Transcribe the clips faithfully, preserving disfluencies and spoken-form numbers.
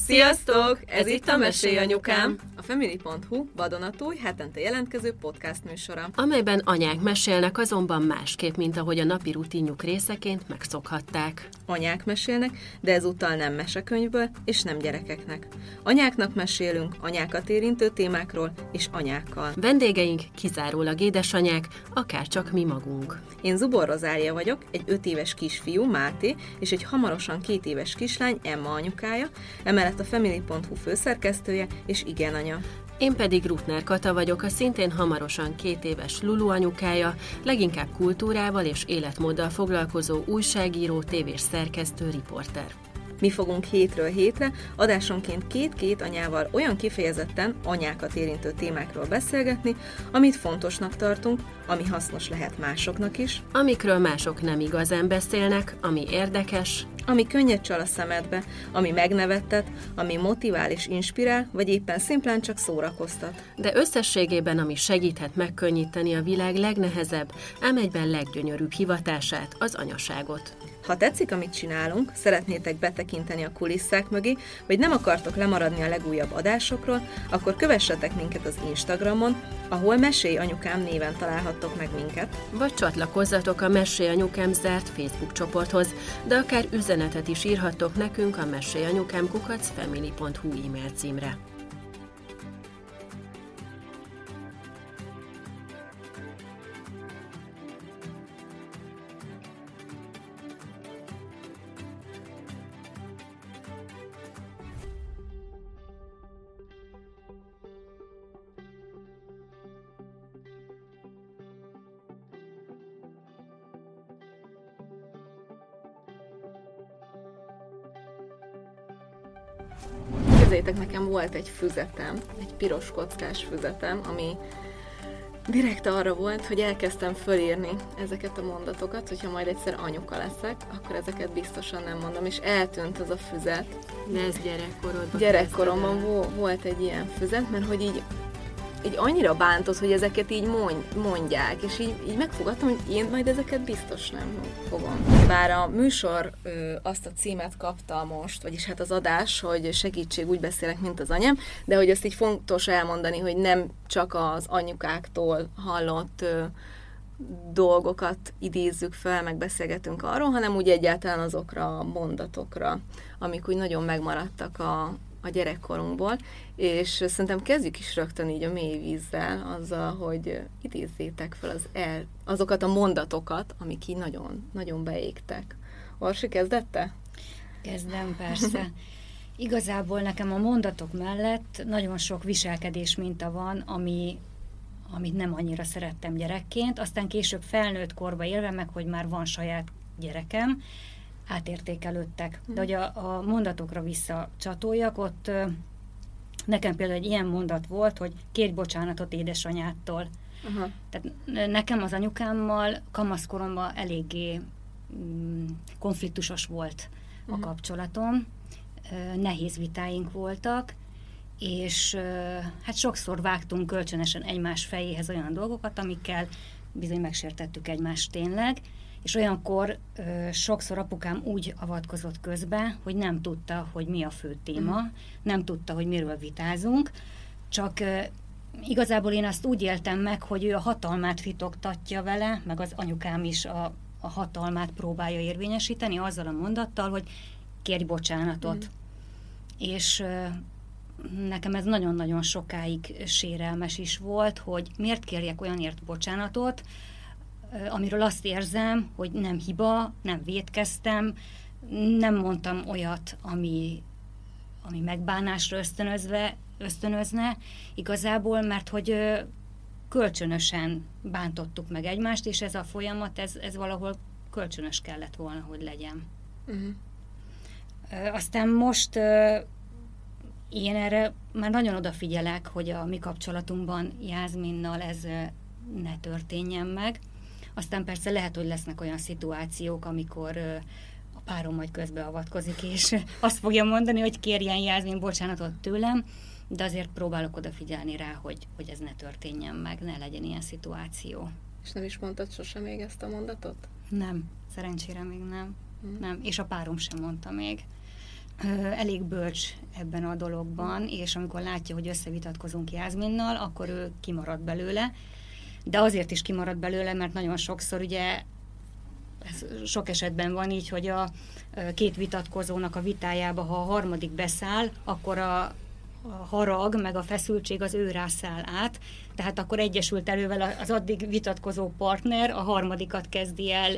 Sziasztok! Ez itt a Mesélj Anyukám, a Family pont hu vadonatúj hetente jelentkező podcast műsora, amelyben anyák mesélnek, azonban másképp, mint ahogy a napi rutinjuk részeként megszokhatták. Anyák mesélnek, de ezúttal nem mesekönyvből és nem gyerekeknek. Anyáknak mesélünk anyákat érintő témákról és anyákkal. Vendégeink kizárólag édesanyák, akárcsak mi magunk. Én Zubor Rozália vagyok, egy öt éves kisfiú, Máté, és egy hamarosan két éves kislány, Emma anyukája, emellett a Family pont hu főszerkesztője és igen anya. Én pedig Rutner Kata vagyok, a szintén hamarosan két éves Lulu anyukája, leginkább kultúrával és életmóddal foglalkozó újságíró, tévés szerkesztő, riporter. Mi fogunk hétről hétre, adásonként két-két anyával olyan kifejezetten anyákat érintő témákról beszélgetni, amit fontosnak tartunk, ami hasznos lehet másoknak is, amikről mások nem igazán beszélnek, ami érdekes, ami könnyed csal a szemedbe, ami megnevettet, ami motivál és inspirál, vagy éppen szimplán csak szórakoztat. De összességében, ami segíthet megkönnyíteni a világ legnehezebb, ám egyben leggyönyörűbb hivatását, az anyaságot. Ha tetszik, amit csinálunk, szeretnétek betekinteni a kulisszák mögé, vagy nem akartok lemaradni a legújabb adásokról, akkor kövessetek minket az Instagramon, ahol Mesélj Anyukám néven találhattok meg minket. Vagy csatlakozzatok a Mesélj Anyukám zárt Facebook csoporthoz, de akár üzenetet is írhattok nekünk a mesélyanyukám kukac family pont hu e-mail címre. Képzeljétek, nekem volt egy füzetem, egy piros kockás füzetem, ami direkt arra volt, hogy elkezdtem fölírni ezeket a mondatokat, hogyha majd egyszer anyuka leszek, akkor ezeket biztosan nem mondom, és eltűnt az a füzet. De ez gyerekkorodban. Gyerekkoromban vo- volt egy ilyen füzet, mert hogy így, így annyira bántott, hogy ezeket így mondják, és így, így megfogadtam, hogy én majd ezeket biztos nem fogom. Bár a műsor ö, azt a címet kapta most, vagyis hát az adás, hogy segítség, úgy beszélek, mint az anyám, de hogy ezt így fontos elmondani, hogy nem csak az anyukáktól hallott ö, dolgokat idézzük fel, meg beszélgetünk arról, hanem úgy egyáltalán azokra a mondatokra, amik úgy nagyon megmaradtak a a gyerekkorunkból, és szerintem kezdjük is rögtön így a mély vízzel, azzal, hogy idézzétek fel az el, azokat a mondatokat, amik így nagyon, nagyon beégtek. Orsi, kezdette? Kezdem, persze. Igazából nekem a mondatok mellett nagyon sok viselkedés minta van, ami, amit nem annyira szerettem gyerekként, aztán később felnőtt korba élve, meg hogy már van saját gyerekem, átértékelődtek. De hogy a, a mondatokra visszacsatoljak, ott ö, nekem például egy ilyen mondat volt, hogy kérj bocsánatot édesanyádtól. Uh-huh. Tehát nekem az anyukámmal kamaszkoromban eléggé mm, konfliktusos volt uh-huh. a kapcsolatom. Ö, nehéz vitáink voltak, és ö, hát sokszor vágtunk kölcsönösen egymás fejéhez olyan dolgokat, amikkel bizony megsértettük egymást tényleg, és olyankor ö, sokszor apukám úgy avatkozott közbe, hogy nem tudta, hogy mi a fő téma, mm. nem tudta, hogy miről vitázunk, csak ö, igazából én azt úgy éltem meg, hogy ő a hatalmát fitoktatja vele, meg az anyukám is a, a hatalmát próbálja érvényesíteni azzal a mondattal, hogy kérj bocsánatot. Mm. És ö, nekem ez nagyon-nagyon sokáig sérelmes is volt, hogy miért kérjek olyanért bocsánatot, amiről azt érzem, hogy nem hiba, nem vétkeztem, nem mondtam olyat, ami, ami megbánásra ösztönözve, ösztönözne igazából, mert hogy kölcsönösen bántottuk meg egymást, és ez a folyamat, ez, ez valahol kölcsönös kellett volna, hogy legyen. Uh-huh. Aztán most én erre már nagyon odafigyelek, hogy a mi kapcsolatunkban Jászminnal ez ne történjen meg. Aztán persze lehet, hogy lesznek olyan szituációk, amikor ö, a párom majd közbeavatkozik, és azt fogja mondani, hogy kérjen Jászmin bocsánatot tőlem, de azért próbálok odafigyelni rá, hogy, hogy ez ne történjen meg, ne legyen ilyen szituáció. És nem is mondtad sosem még ezt a mondatot? Nem, szerencsére még nem. Hmm. nem. És a párom sem mondta még. elég bölcs ebben a dologban, és amikor látja, hogy összevitatkozunk Jászminnal, akkor ő kimarad belőle, de azért is kimarad belőle, mert nagyon sokszor ugye ez sok esetben van így, hogy a két vitatkozónak a vitájába, ha a harmadik beszáll, akkor a, a harag, meg a feszültség az ő rászáll át, tehát akkor egyesült erővel az addig vitatkozó partner a harmadikat kezdi el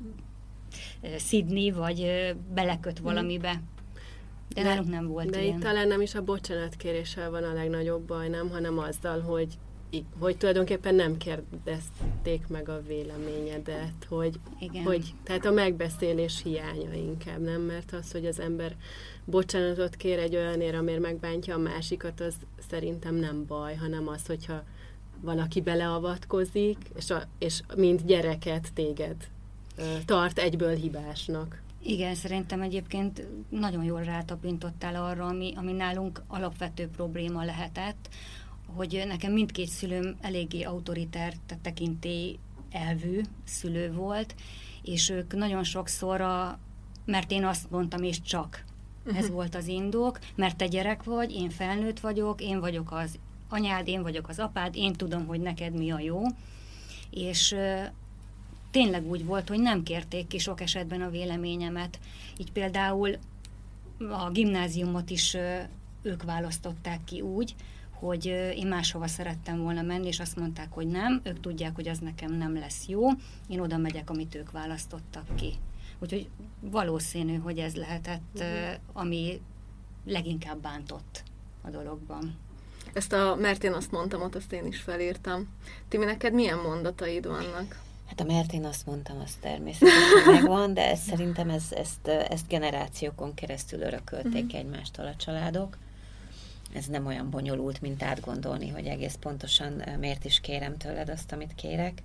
szidni, vagy beleköt valamibe. De, de nálunk nem volt de ilyen. De itt talán nem is a bocsánatkéréssel van a legnagyobb baj, nem, hanem azzal, hogy, hogy tulajdonképpen nem kérdezték meg a véleményedet, hogy, hogy tehát a megbeszélés hiánya inkább, nem? Mert az, hogy az ember bocsánatot kér egy olyanért, amért megbántja a másikat, az szerintem nem baj, hanem az, hogyha valaki beleavatkozik, és, a, és mint gyereket téged tart egyből hibásnak. Igen, szerintem egyébként nagyon jól rátapintottál arra, ami, ami nálunk alapvető probléma lehetett, hogy nekem mindkét szülőm eléggé autoritár, tehát tekintély elvű szülő volt, és ők nagyon sokszor, a, mert én azt mondtam, és csak. Uh-huh. Ez volt az indok, mert te gyerek vagy, én felnőtt vagyok, én vagyok az anyád, én vagyok az apád, én tudom, hogy neked mi a jó, és tényleg úgy volt, hogy nem kérték ki sok esetben a véleményemet. Így például a gimnáziumot is ők választották ki úgy, hogy én máshova szerettem volna menni, és azt mondták, hogy nem, ők tudják, hogy az nekem nem lesz jó, én oda megyek, amit ők választottak ki. Úgyhogy valószínű, hogy ez lehetett, ami leginkább bántott a dologban. Ezt a, mert én azt mondtam, ott azt én is felírtam. Timi, neked milyen mondataid vannak? Hát a mert én azt mondtam, az természetesen megvan, de ez, szerintem ez, ezt, ezt generációkon keresztül örökölték uh-huh. egymástól a családok. Ez nem olyan bonyolult, mint átgondolni, hogy egész pontosan miért is kérem tőled azt, amit kérek.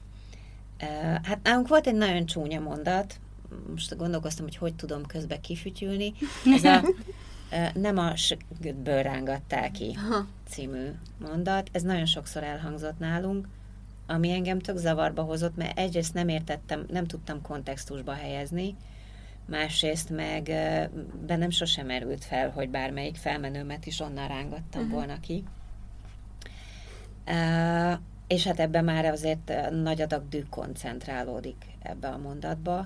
Hát nálunk volt egy nagyon csúnya mondat, most gondolkoztam, hogy hogy tudom közbe kifütyülni. Ez a nem a s***ből rángattál ki című mondat. Ez nagyon sokszor elhangzott nálunk, ami engem tök zavarba hozott, mert egyrészt nem értettem, nem tudtam kontextusba helyezni, másrészt meg bennem sosem merült fel, hogy bármelyik felmenőmet is onnan rángattam uh-huh. volna ki. Uh, és hát ebben már azért nagy adag düh koncentrálódik ebbe a mondatba.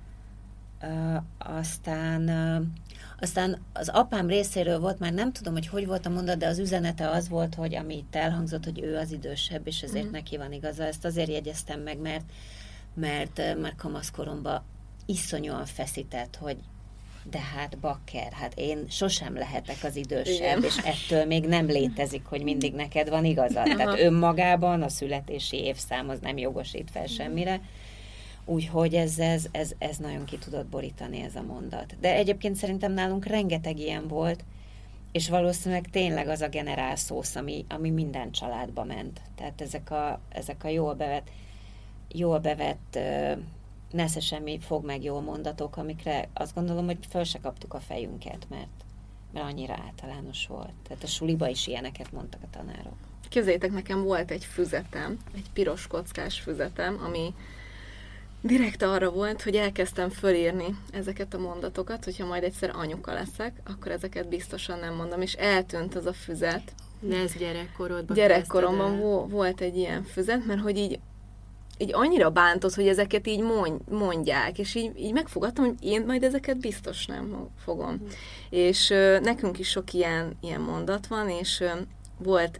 Uh, aztán, uh, aztán az apám részéről volt, már nem tudom, hogy hogy volt a mondat, de az üzenete az volt, hogy ami itt elhangzott, hogy ő az idősebb, és ezért mm. neki van igaza. Ezt azért jegyeztem meg, mert, mert uh, már kamaszkoromban iszonyúan feszített, hogy de hát bakker, hát én sosem lehetek az idősebb, igen. és ettől még nem létezik, hogy mindig neked van igazad. Tehát önmagában a születési évszám az nem jogosít fel semmire. Úgyhogy ez, ez, ez, ez nagyon ki tudott borítani ez a mondat. De egyébként szerintem nálunk rengeteg ilyen volt, és valószínűleg tényleg az a generál szósz, ami, ami minden családba ment. Tehát ezek a, ezek a jól bevett, jól bevett uh, nesze semmi, fog meg jól mondatok, amikre azt gondolom, hogy föl se kaptuk a fejünket, mert, mert annyira általános volt. Tehát a suliba is ilyeneket mondtak a tanárok. Képzeljétek, nekem volt egy füzetem, egy piros kockás füzetem, ami direkt arra volt, hogy elkezdtem fölírni ezeket a mondatokat, hogyha majd egyszer anyuka leszek, akkor ezeket biztosan nem mondom, és eltűnt az a füzet. De ez gyerekkorodban Gyerekkoromban vo- volt egy ilyen füzet, mert hogy így, így annyira bántott, hogy ezeket így mondják, és így, így megfogadtam, hogy én majd ezeket biztos nem fogom. Mm. És ö, nekünk is sok ilyen, ilyen mondat van, és ö, volt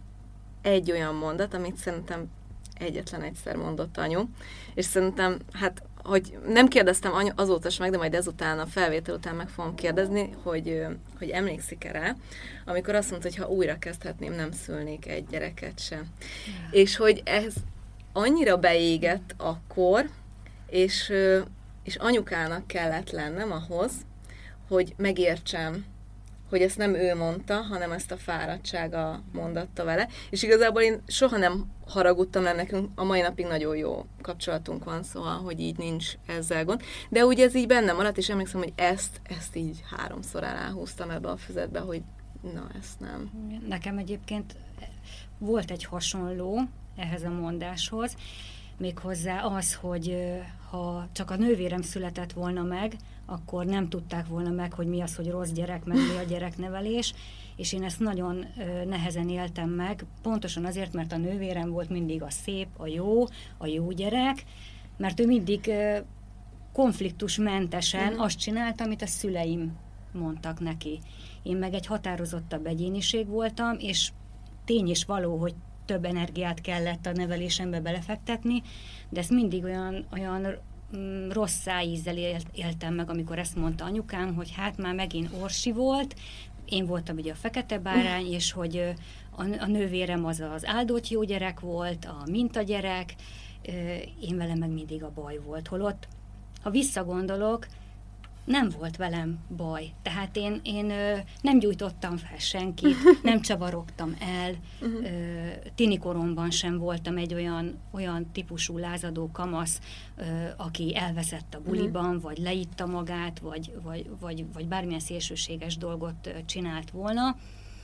egy olyan mondat, amit szerintem egyetlen egyszer mondott anyu, és szerintem, hát, hogy nem kérdeztem anyu, azóta sem meg, de majd ezután, a felvétel után meg fogom kérdezni, hogy, hogy emlékszik-e rá, amikor azt mondta, hogy ha újra kezdhetném, nem szülnék egy gyereket sem. Yeah. És hogy ez annyira beégett akkor, és, és anyukának kellett lennem ahhoz, hogy megértsem, hogy ezt nem ő mondta, hanem ezt a fáradtsága mondatta vele. És igazából én soha nem haragudtam le, nekünk a mai napig nagyon jó kapcsolatunk van, szóval, hogy így nincs ezzel gond. De úgy ez így bennem maradt, és emlékszem, hogy ezt, ezt így háromszor aláhúztam ebbe a füzetbe, hogy na, ezt nem. Nekem egyébként volt egy hasonló ehhez a mondáshoz, méghozzá az, hogy ha csak a nővérem született volna meg, akkor nem tudták volna meg, hogy mi az, hogy rossz gyerek, meg mi a gyereknevelés, és én ezt nagyon ö, nehezen éltem meg, pontosan azért, mert a nővérem volt mindig a szép, a jó, a jó gyerek, mert ő mindig ö, konfliktusmentesen mm. azt csinálta, amit a szüleim mondtak neki. Én meg egy határozottabb egyéniség voltam, és tény is való, hogy több energiát kellett a nevelésembe belefektetni, de ezt mindig olyan, olyan mm, rossz szájízzel élt, éltem meg, amikor ezt mondta anyukám, hogy hát már megint orsi volt, én voltam ugye a fekete bárány, és hogy a, a nővérem az az áldott jó gyerek volt, a mintagyerek, én velem meg mindig a baj volt. Holott, ha visszagondolok, nem volt velem baj. Tehát én, én ö, nem gyújtottam fel senkit, nem csavarogtam el, uh-huh. ö, tinikoromban sem voltam egy olyan, olyan típusú lázadó kamasz, ö, aki elveszett a buliban, uh-huh. vagy leitta magát, vagy, vagy, vagy, vagy bármilyen szélsőséges dolgot csinált volna.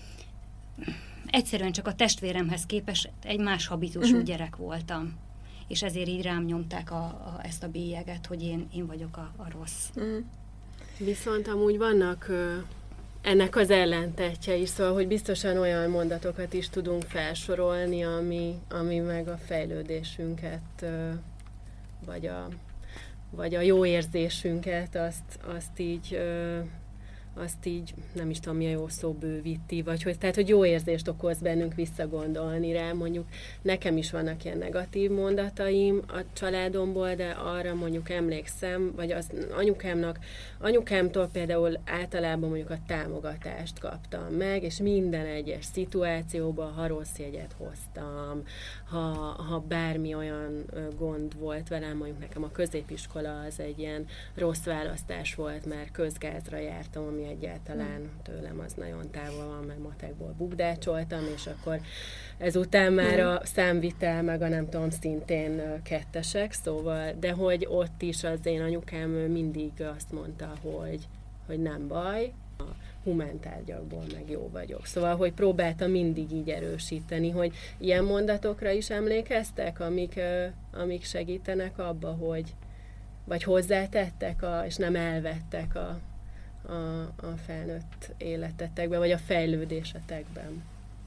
Egyszerűen csak a testvéremhez képest egy más habitusú uh-huh. gyerek voltam. És ezért így rám nyomták a, a, ezt a bélyeget, hogy én, én vagyok a, a rossz. Uh-huh. Viszont amúgy vannak ö, ennek az ellentetje is, szóval, hogy biztosan olyan mondatokat is tudunk felsorolni, ami, ami meg a fejlődésünket, ö, vagy, a, vagy a jó érzésünket, azt, azt így... Ö, azt így, nem is tudom, mi a jó szó, bővíti, vagy hogy, tehát, hogy jó érzést okoz bennünk visszagondolni rá. Mondjuk nekem is vannak ilyen negatív mondataim a családomból, de arra mondjuk emlékszem, vagy az anyukámnak, anyukámtól például általában mondjuk a támogatást kaptam meg, és minden egyes szituációban, ha rossz jegyet hoztam, ha, ha bármi olyan gond volt velem, mondjuk nekem a középiskola az egy ilyen rossz választás volt, mert közgázra jártam, ami egyáltalán tőlem az nagyon távol van, mert matekból bukdácsoltam, és akkor ezután már a számvitel, meg a nem tudom, szintén kettesek, szóval, de hogy ott is az én anyukám mindig azt mondta, hogy, hogy nem baj, a humántárgyakból meg jó vagyok. Szóval, hogy próbáltam mindig így erősíteni, hogy ilyen mondatokra is emlékeztek, amik, amik segítenek abba, hogy vagy hozzátettek, a, és nem elvettek a A, a felnőtt életetekben, vagy a fejlődésetekben.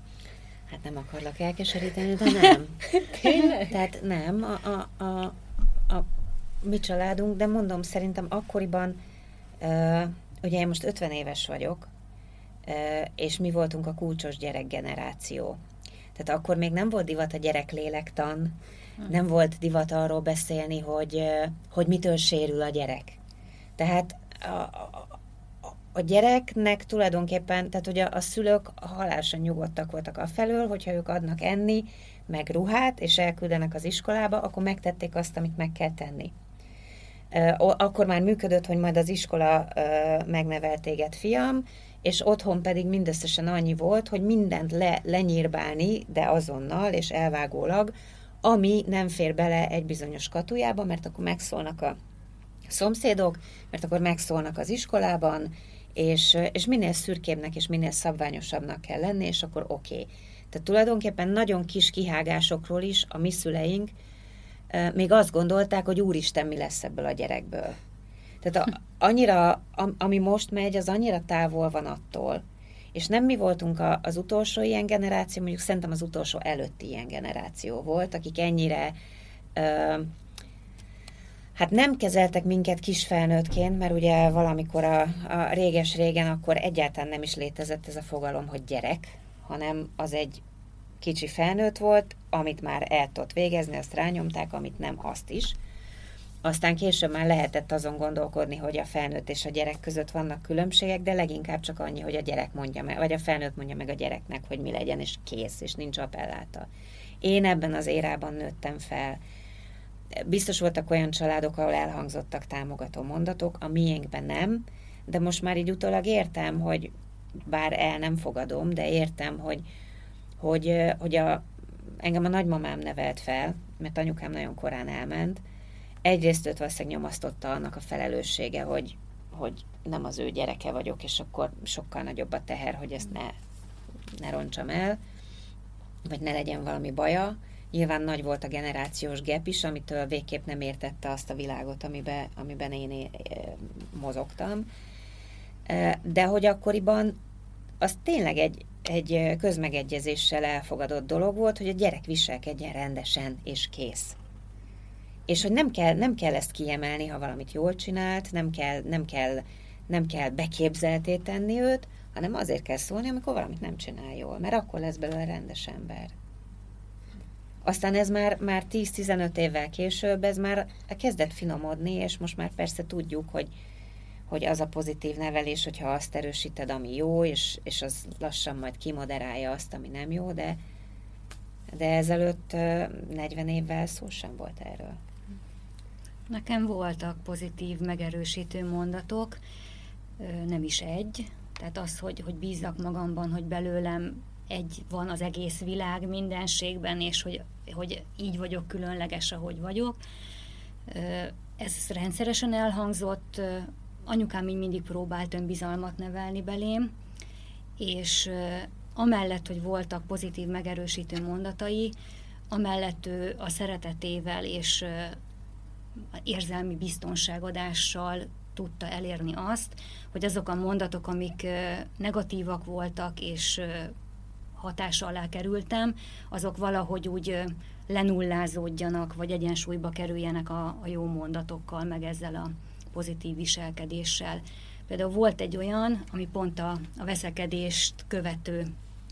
Hát nem akarlak elkeseríteni, de nem. Tényleg? Tehát nem, a, a, a, a mi családunk, de mondom, szerintem akkoriban, uh, ugye én most ötven éves vagyok, uh, és mi voltunk a kulcsos gyerekgeneráció. Tehát akkor még nem volt divat a gyereklélektan, hmm. nem volt divat arról beszélni, hogy, uh, hogy mitől sérül a gyerek. Tehát a, a A gyereknek tulajdonképpen, tehát ugye a szülők halálosan nyugodtak voltak afelől, hogyha ők adnak enni, meg ruhát, és elküldenek az iskolába, akkor megtették azt, amit meg kell tenni. Akkor már működött, hogy majd az iskola megnevel téged, fiam, és otthon pedig mindösszesen annyi volt, hogy mindent le, lenyírbálni, de azonnal és elvágólag, ami nem fér bele egy bizonyos katujába, mert akkor megszólnak a szomszédok, mert akkor megszólnak az iskolában, és, és minél szürkébbnek és minél szabványosabbnak kell lenni, és akkor oké. Okay. Tehát tulajdonképpen nagyon kis kihágásokról is a mi szüleink uh, még azt gondolták, hogy úristen, mi lesz ebből a gyerekből. Tehát a, annyira, a, ami most megy, az annyira távol van attól. És nem mi voltunk a, az utolsó ilyen generáció, mondjuk szerintem az utolsó előtti ilyen generáció volt, akik ennyire... Uh, Hát nem kezeltek minket kisfelnőttként, mert ugye valamikor a, a réges-régen akkor egyáltalán nem is létezett ez a fogalom, hogy gyerek, hanem az egy kicsi felnőtt volt, amit már el tudott végezni, azt rányomták, amit nem, azt is. Aztán később már lehetett azon gondolkodni, hogy a felnőtt és a gyerek között vannak különbségek, de leginkább csak annyi, hogy a gyerek mondja meg, vagy a felnőtt mondja meg a gyereknek, hogy mi legyen, és kész, és nincs appelláta. Én ebben az érában nőttem fel. Biztos voltak olyan családok, ahol elhangzottak támogató mondatok, a miénkben nem, de most már így utólag értem, hogy bár el nem fogadom, de értem, hogy, hogy, hogy a, engem a nagymamám nevelt fel, mert anyukám nagyon korán elment. Egyrészt őt valószínűleg nyomasztotta annak a felelőssége, hogy, hogy nem az ő gyereke vagyok, és akkor sokkal nagyobb a teher, hogy ezt ne, ne roncsam el, vagy ne legyen valami baja. Nyilván nagy volt a generációs gap is, amitől végképp nem értette azt a világot, amiben, amiben én é, mozogtam. De hogy akkoriban az tényleg egy, egy közmegegyezéssel elfogadott dolog volt, hogy a gyerek viselkedjen rendesen, és kész. És hogy nem kell, nem kell ezt kiemelni, ha valamit jól csinált, nem kell, nem kell, nem kell beképzelté tenni őt, hanem azért kell szólni, amikor valamit nem csinál jól, mert akkor lesz belőle rendes ember. Aztán ez már, már tíz-tizenöt évvel később, ez már kezdett finomodni, és most már persze tudjuk, hogy, hogy az a pozitív nevelés, hogyha azt erősíted, ami jó, és, és az lassan majd kimoderálja azt, ami nem jó, de, de ezelőtt negyven évvel szó sem volt erről. Nekem voltak pozitív, megerősítő mondatok, nem is egy, tehát az, hogy, hogy bízzak magamban, hogy belőlem egy van az egész világ mindenségben, és hogy, hogy így vagyok különleges, ahogy vagyok. Ez rendszeresen elhangzott, anyukám így mindig próbált önbizalmat nevelni belém, és amellett, hogy voltak pozitív, megerősítő mondatai, amellett ő a szeretetével és érzelmi biztonságadással tudta elérni azt, hogy azok a mondatok, amik negatívak voltak, és hatása alá kerültem, azok valahogy úgy lenullázódjanak, vagy egyensúlyba kerüljenek a, a jó mondatokkal, meg ezzel a pozitív viselkedéssel. Például volt egy olyan, ami pont a, a veszekedést követő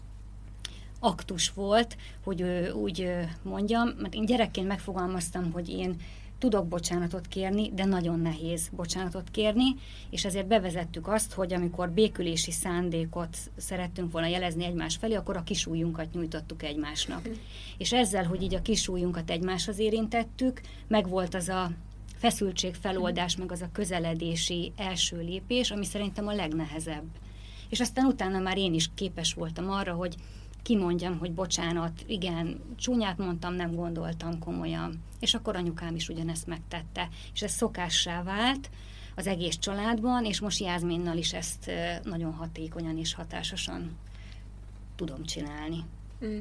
aktus volt, hogy ő, úgy mondjam, mert én gyerekként megfogalmaztam, hogy én tudok bocsánatot kérni, de nagyon nehéz bocsánatot kérni, és ezért bevezettük azt, hogy amikor békülési szándékot szerettünk volna jelezni egymás felé, akkor a kisujjunkat nyújtottuk egymásnak. Mm. És ezzel, hogy így a kisujjunkat egymáshoz érintettük, meg volt az a feszültségfeloldás, meg az a közeledési első lépés, ami szerintem a legnehezebb. És aztán utána már én is képes voltam arra, hogy kimondjam, hogy bocsánat, igen, csúnyát mondtam, nem gondoltam komolyan. És akkor anyukám is ugyanezt megtette. És ez szokássá vált az egész családban, és most Jászminnal is ezt nagyon hatékonyan és hatásosan tudom csinálni. Mm.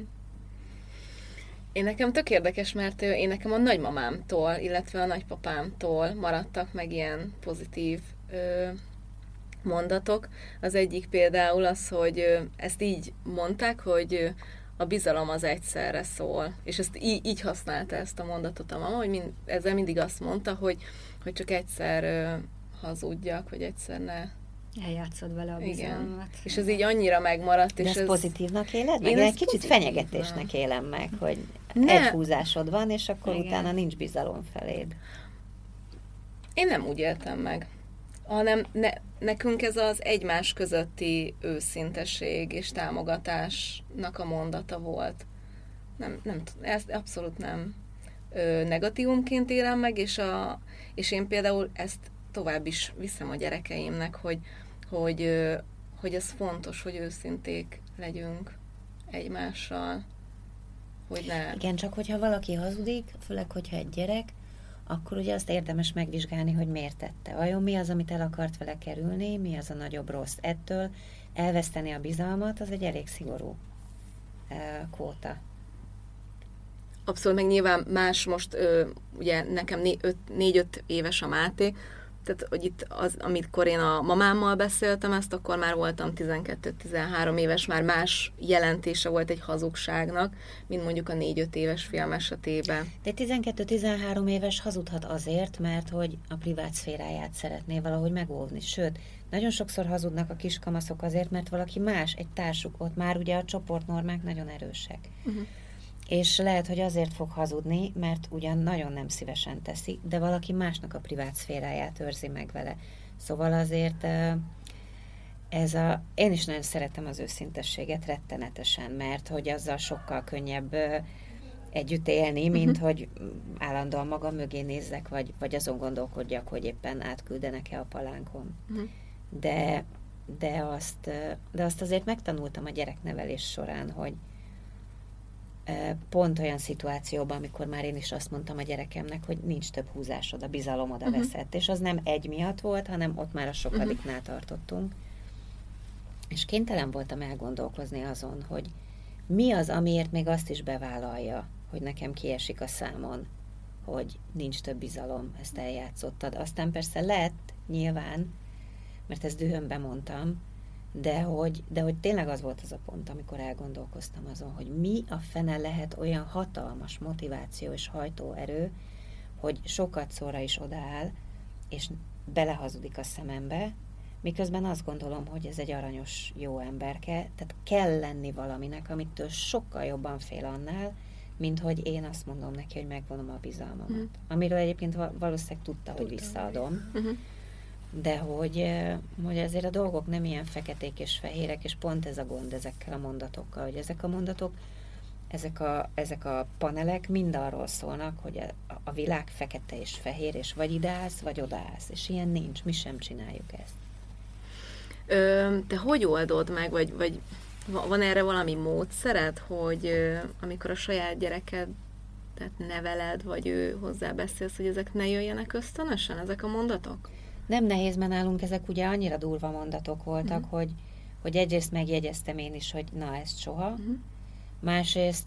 Én nekem tök érdekes, mert én nekem a nagymamámtól, illetve a nagypapámtól maradtak meg ilyen pozitív ö, mondatok. Az egyik például az, hogy ezt így mondták, hogy a bizalom az egyszerre szól. És ezt így, így használta ezt a mondatot a mama, hogy mind, ezzel mindig azt mondta, hogy, hogy csak egyszer ö, hazudjak, vagy egyszer ne... Eljátszod vele a bizalmat. Igen. És ez így annyira megmaradt. De és ezt ez... pozitívnak éled? Meg én egy kicsit fenyegetésnek élem meg, hogy ne. Egy húzásod van, és akkor igen. Utána nincs bizalom feléd. Én nem úgy éltem meg, hanem ne, nekünk ez az egymás közötti őszinteség és támogatásnak a mondata volt. Nem, nem, ezt abszolút nem ö, negatívumként élem meg, és, a, és én például ezt tovább is viszem a gyerekeimnek, hogy, hogy, ö, hogy ez fontos, hogy őszinték legyünk egymással. Hogy ne... Igen, csak hogyha valaki hazudik, főleg, hogyha egy gyerek, akkor ugye azt érdemes megvizsgálni, hogy miért tette. Vajon mi az, amit el akart vele kerülni, mi az a nagyobb rossz. Ettől elveszteni a bizalmat, az egy elég szigorú uh, kvóta. Abszolút, meg nyilván más most, ö, ugye nekem négy-öt éves a Máté, tehát hogy itt az, amikor én a mamámmal beszéltem ezt, akkor már voltam tizenkettő-tizenhárom éves, már más jelentése volt egy hazugságnak, mint mondjuk a négy-öt éves fiam esetében. De tizenkettő-tizenhárom éves hazudhat azért, mert hogy a privát szféráját szeretné valahogy megóvni. Sőt, nagyon sokszor hazudnak a kiskamaszok azért, mert valaki más, egy társuk, ott már ugye a csoportnormák nagyon erősek. Uh-huh. És lehet, hogy azért fog hazudni, mert ugyan nagyon nem szívesen teszi, de valaki másnak a privát szféráját őrzi meg vele. Szóval azért ez a... Én is nagyon szeretem az őszintességet rettenetesen, mert hogy azzal sokkal könnyebb együtt élni, mint uh-huh. hogy állandóan magam mögé nézzek, vagy, vagy azon gondolkodjak, hogy éppen átküldenek-e a palánkon. Uh-huh. De, de, azt, de azt azért megtanultam a gyereknevelés során, hogy pont olyan szituációban, amikor már én is azt mondtam a gyerekemnek, hogy nincs több húzásod, a bizalomod a uh-huh. veszett. És az nem egy miatt volt, hanem ott már a sokadiknál uh-huh. tartottunk. És kénytelen voltam elgondolkozni azon, hogy mi az, amiért még azt is bevállalja, hogy nekem kiesik a számon, hogy nincs több bizalom, ezt eljátszottad. Aztán persze lett, nyilván, mert ezt dühömben mondtam, de hogy, de hogy tényleg az volt az a pont, amikor elgondolkoztam azon, hogy mi a fene lehet olyan hatalmas motiváció és hajtóerő, hogy sokat szóra is odaáll, és belehazudik a szemembe, miközben azt gondolom, hogy ez egy aranyos, jó emberke, tehát kell lenni valaminek, amitől sokkal jobban fél annál, mint hogy én azt mondom neki, hogy megvonom a bizalmamat. Uh-huh. Amiről egyébként valószínűleg tudta, hogy visszaadom. Uh-huh. De hogy, hogy azért a dolgok nem ilyen feketék és fehérek, és pont ez a gond ezekkel a mondatokkal, hogy ezek a mondatok, ezek a, ezek a panelek mind arról szólnak, hogy a, a világ fekete és fehér, és vagy ideállsz, vagy odaállsz, és ilyen nincs, mi sem csináljuk ezt. Ö, te hogy oldod meg, vagy, vagy van erre valami módszered, hogy ö, amikor a saját gyereked tehát neveled, vagy ő hozzá beszélsz, hogy ezek ne jöjjenek ösztönösen, ezek a mondatok? Nem nehéz, mert nálunk ezek ugye annyira durva mondatok voltak, uh-huh. hogy, hogy egyrészt megjegyeztem én is, hogy na, ezt soha. Uh-huh. Másrészt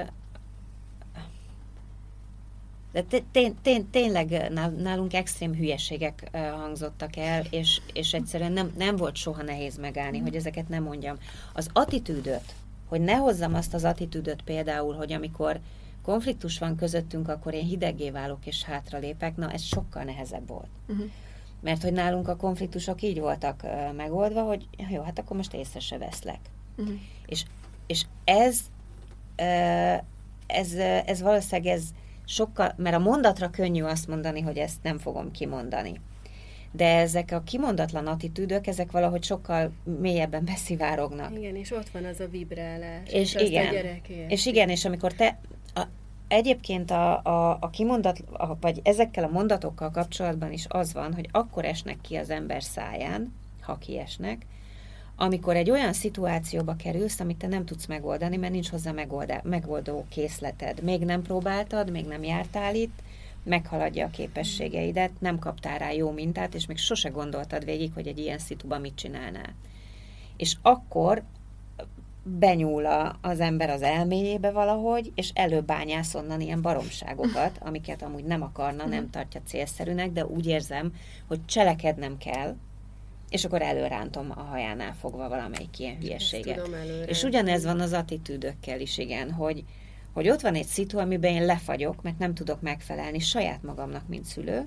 de tényleg nálunk extrém hülyeségek hangzottak el, és, és egyszerűen nem, nem volt soha nehéz megállni, uh-huh. hogy ezeket nem mondjam. Az attitűdöt, hogy ne hozzam azt az attitűdöt például, hogy amikor konfliktus van közöttünk, akkor én hideggé válok és hátralépek, na ez sokkal nehezebb volt. Uh-huh. Mert hogy nálunk a konfliktusok így voltak uh, megoldva, hogy jó, hát akkor most észre se veszlek. Uh-huh. És, és ez, uh, ez, uh, ez valószínűleg ez sokkal, mert a mondatra könnyű azt mondani, hogy ezt nem fogom kimondani. De ezek a kimondatlan attitűdök, ezek valahogy sokkal mélyebben beszivárognak. Igen, és ott van az a vibrálás. És, és igen, a gyerek érti. És igen, és amikor te... A, Egyébként a, a, a kimondat, a, vagy ezekkel a mondatokkal kapcsolatban is az van, hogy akkor esnek ki az ember száján, ha kiesnek, amikor egy olyan szituációba kerülsz, amit te nem tudsz megoldani, mert nincs hozzá megoldá, megoldó készleted. Még nem próbáltad, még nem jártál itt, meghaladja a képességeidet, nem kaptál rá jó mintát, és még sose gondoltad végig, hogy egy ilyen szituban mit csinálnál. És akkor benyúl az ember az elméjébe valahogy, és előbányász onnan ilyen baromságokat, amiket amúgy nem akarna, nem tartja célszerűnek, de úgy érzem, hogy cselekednem kell, és akkor előrántom a hajánál fogva valamelyik ilyen hülyeséget. És ugyanez van az attitűdökkel is, igen, hogy, hogy ott van egy szitu, amiben én lefagyok, mert nem tudok megfelelni saját magamnak, mint szülő,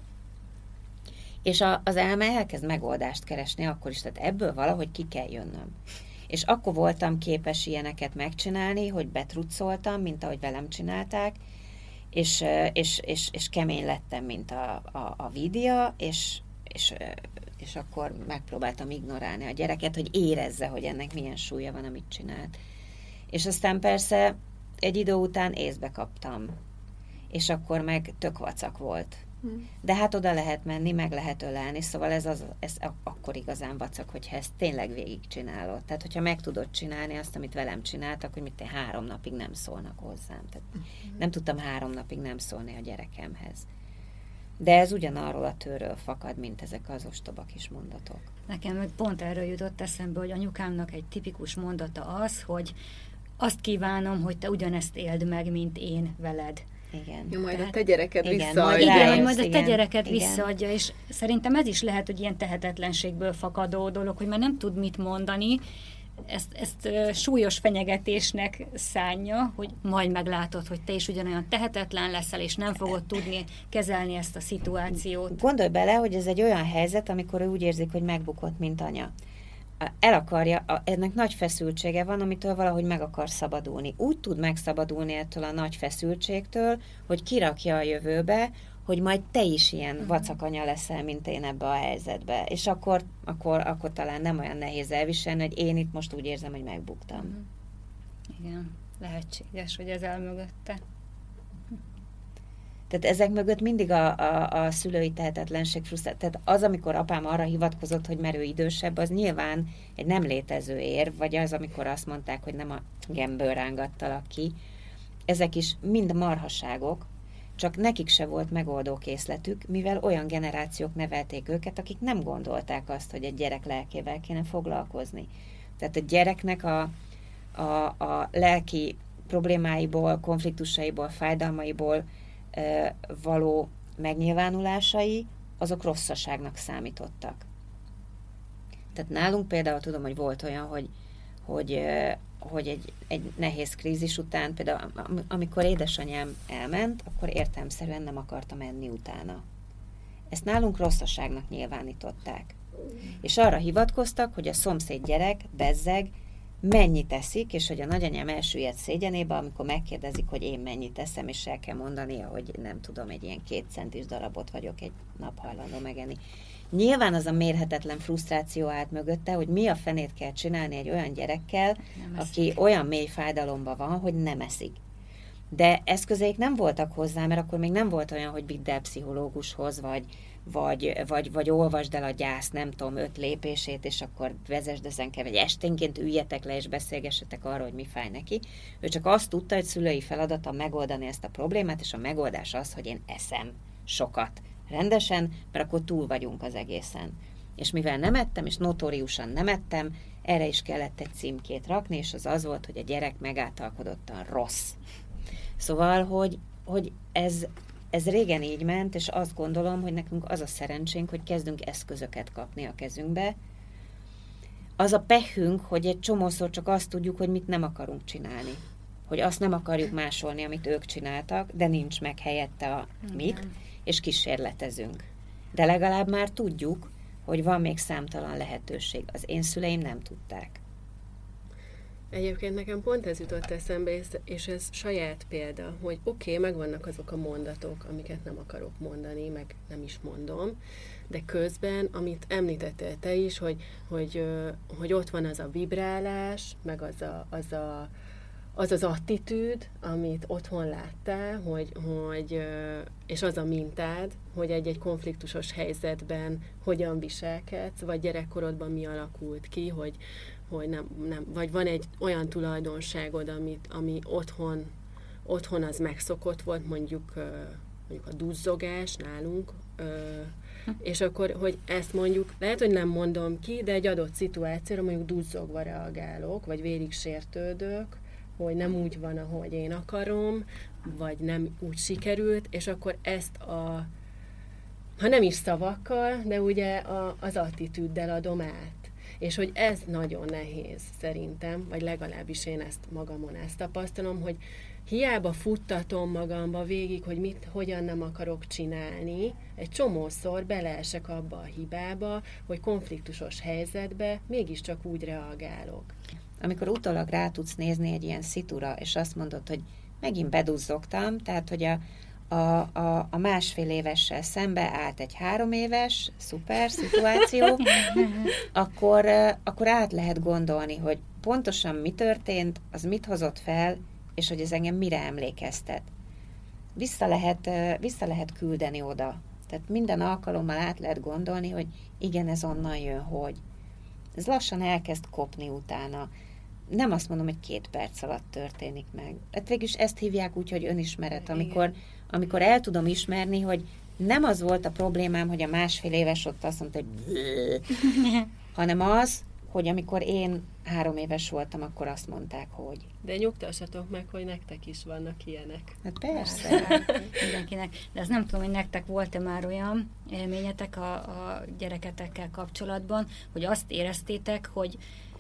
és a, az elme elkezd megoldást keresni akkor is, tehát ebből valahogy ki kell jönnöm. És akkor voltam képes ilyeneket megcsinálni, hogy betruccoltam, mint ahogy velem csinálták, és, és, és, és kemény lettem, mint a, a, a Vidia, és, és, és akkor megpróbáltam ignorálni a gyereket, hogy érezze, hogy ennek milyen súlya van, amit csinált. És aztán persze egy idő után észbe kaptam, és akkor meg tök vacak volt. De hát oda lehet menni, meg lehet ölelni, szóval ez, az, ez akkor igazán vacak, hogyha ezt tényleg végigcsinálod. Tehát, hogyha meg tudod csinálni azt, amit velem csináltak, hogy mit te három napig nem szólnak hozzám. Tehát uh-huh. nem tudtam három napig nem szólni a gyerekemhez. De ez ugyanarról a tőről fakad, mint ezek az ostoba kis mondatok. Nekem meg pont erről jutott eszembe, hogy anyukámnak egy tipikus mondata az, hogy azt kívánom, hogy te ugyanezt éld meg, mint én veled. Igen. Jó, majd Tehát, a te gyereked igen, visszaadja. Igen, hogy majd a te igen, gyereked igen. visszaadja, és szerintem ez is lehet, hogy ilyen tehetetlenségből fakadó dolog, hogy már nem tud mit mondani, ezt, ezt uh, súlyos fenyegetésnek szánja, hogy majd meglátod, hogy te is ugyanolyan tehetetlen leszel, és nem fogod tudni kezelni ezt a szituációt. Gondolj bele, hogy ez egy olyan helyzet, amikor ő úgy érzik, hogy megbukott, mint anya. El akarja, ennek nagy feszültsége van, amitől valahogy meg akar szabadulni. Úgy tud megszabadulni ettől a nagy feszültségtől, hogy kirakja a jövőbe, hogy majd te is ilyen uh-huh. vacakanya leszel, mint én ebbe a helyzetbe. És akkor, akkor, akkor talán nem olyan nehéz elviselni, hogy én itt most úgy érzem, hogy megbuktam. Uh-huh. Igen, lehetséges, hogy ez elmögötte. Tehát ezek mögött mindig a, a, a szülői tehetetlenség frusztráció. Tehát az, amikor apám arra hivatkozott, hogy mert ő idősebb, az nyilván egy nem létező érv, vagy az, amikor azt mondták, hogy nem a gemből rángattalak ki. Ezek is mind marhaságok, csak nekik se volt megoldó készletük, mivel olyan generációk nevelték őket, akik nem gondolták azt, hogy egy gyerek lelkével kéne foglalkozni. Tehát a gyereknek a, a, a lelki problémáiból, konfliktusaiból, fájdalmaiból ö, való megnyilvánulásai, azok rosszaságnak számítottak. Tehát nálunk például tudom, hogy volt olyan, hogy, hogy, hogy egy, egy nehéz krízis után, például amikor édesanyám elment, akkor értelemszerűen nem akarta menni utána. Ezt nálunk rosszaságnak nyilvánították. És arra hivatkoztak, hogy a szomszéd gyerek bezzeg, mennyit eszik, és hogy a nagyanyám elsüllyedt szégyenébe, amikor megkérdezik, hogy én mennyit eszem, és el kell mondania, hogy nem tudom, egy ilyen két centis darabot vagyok egy nap hajlandó megenni. Nyilván az a mérhetetlen frusztráció állt mögötte, hogy mi a fenét kell csinálni egy olyan gyerekkel, aki olyan mély fájdalomban van, hogy nem eszik. De eszközeik nem voltak hozzá, mert akkor még nem volt olyan, hogy vidd el pszichológushoz, vagy, vagy, vagy, vagy olvasd el a gyász, nem tudom, öt lépését, és akkor vezesd ezen kell, vagy esténként üljetek le, és beszélgessetek arról, hogy mi fáj neki. Ő csak azt tudta, hogy szülői feladata megoldani ezt a problémát, és a megoldás az, hogy én eszem sokat, rendesen, mert akkor túl vagyunk az egészen. És mivel nem ettem, és notóriusan nem ettem, erre is kellett egy címkét rakni, és az az volt, hogy a gyerek megáltalkodottan rossz. Szóval, hogy, hogy ez, ez régen így ment, és azt gondolom, hogy nekünk az a szerencsénk, hogy kezdünk eszközöket kapni a kezünkbe. Az a pehünk, hogy egy csomószor csak azt tudjuk, hogy mit nem akarunk csinálni. Hogy azt nem akarjuk másolni, amit ők csináltak, de nincs meg helyette a mit, és kísérletezünk. De legalább már tudjuk, hogy van még számtalan lehetőség. Az én szüleim nem tudták. Egyébként nekem pont ez jutott eszembe, és ez saját példa, hogy oké, okay, megvannak azok a mondatok, amiket nem akarok mondani, meg nem is mondom, de közben, amit említettél te is, hogy, hogy, hogy ott van az a vibrálás, meg az a, az a az az attitűd, amit otthon láttál, hogy, hogy, és az a mintád, hogy egy-egy konfliktusos helyzetben hogyan viselkedsz, vagy gyerekkorodban mi alakult ki, hogy, hogy nem, nem, vagy van egy olyan tulajdonságod, amit, ami otthon, otthon az megszokott volt, mondjuk, mondjuk a duzzogás nálunk, és akkor, hogy ezt mondjuk, lehet, hogy nem mondom ki, de egy adott szituációra mondjuk duzzogva reagálok, vagy vérig sértődök, hogy nem úgy van, ahogy én akarom, vagy nem úgy sikerült, és akkor ezt a, ha nem is szavakkal, de ugye a, az attitűddel adom át. És hogy ez nagyon nehéz szerintem, vagy legalábbis én ezt magamon ezt tapasztalom, hogy hiába futtatom magamba végig, hogy mit, hogyan nem akarok csinálni, egy csomószor beleesek abba a hibába, hogy konfliktusos helyzetbe mégiscsak úgy reagálok. Amikor utólag rá tudsz nézni egy ilyen szitura, és azt mondod, hogy megint beduzzogtam, tehát, hogy a, a, a, a másfél évessel szembe állt egy három éves, szuper szituáció, akkor, akkor át lehet gondolni, hogy pontosan mi történt, az mit hozott fel, és hogy ez engem mire emlékeztet. Vissza lehet, vissza lehet küldeni oda. Tehát minden alkalommal át lehet gondolni, hogy igen, ez onnan jön, hogy. Ez lassan elkezd kopni utána. Nem azt mondom, hogy két perc alatt történik meg. Hát végülis ezt hívják úgy, hogy önismeret, amikor, amikor el tudom ismerni, hogy nem az volt a problémám, hogy a másfél éves ott azt mondta, hogy hanem az, hogy amikor én három éves voltam, akkor azt mondták, hogy... De nyugtassatok meg, hogy nektek is vannak ilyenek. Hát persze. Mindenkinek. De azt nem tudom, hogy nektek volt-e már olyan élményetek a, a gyereketekkel kapcsolatban, hogy azt éreztétek, hogy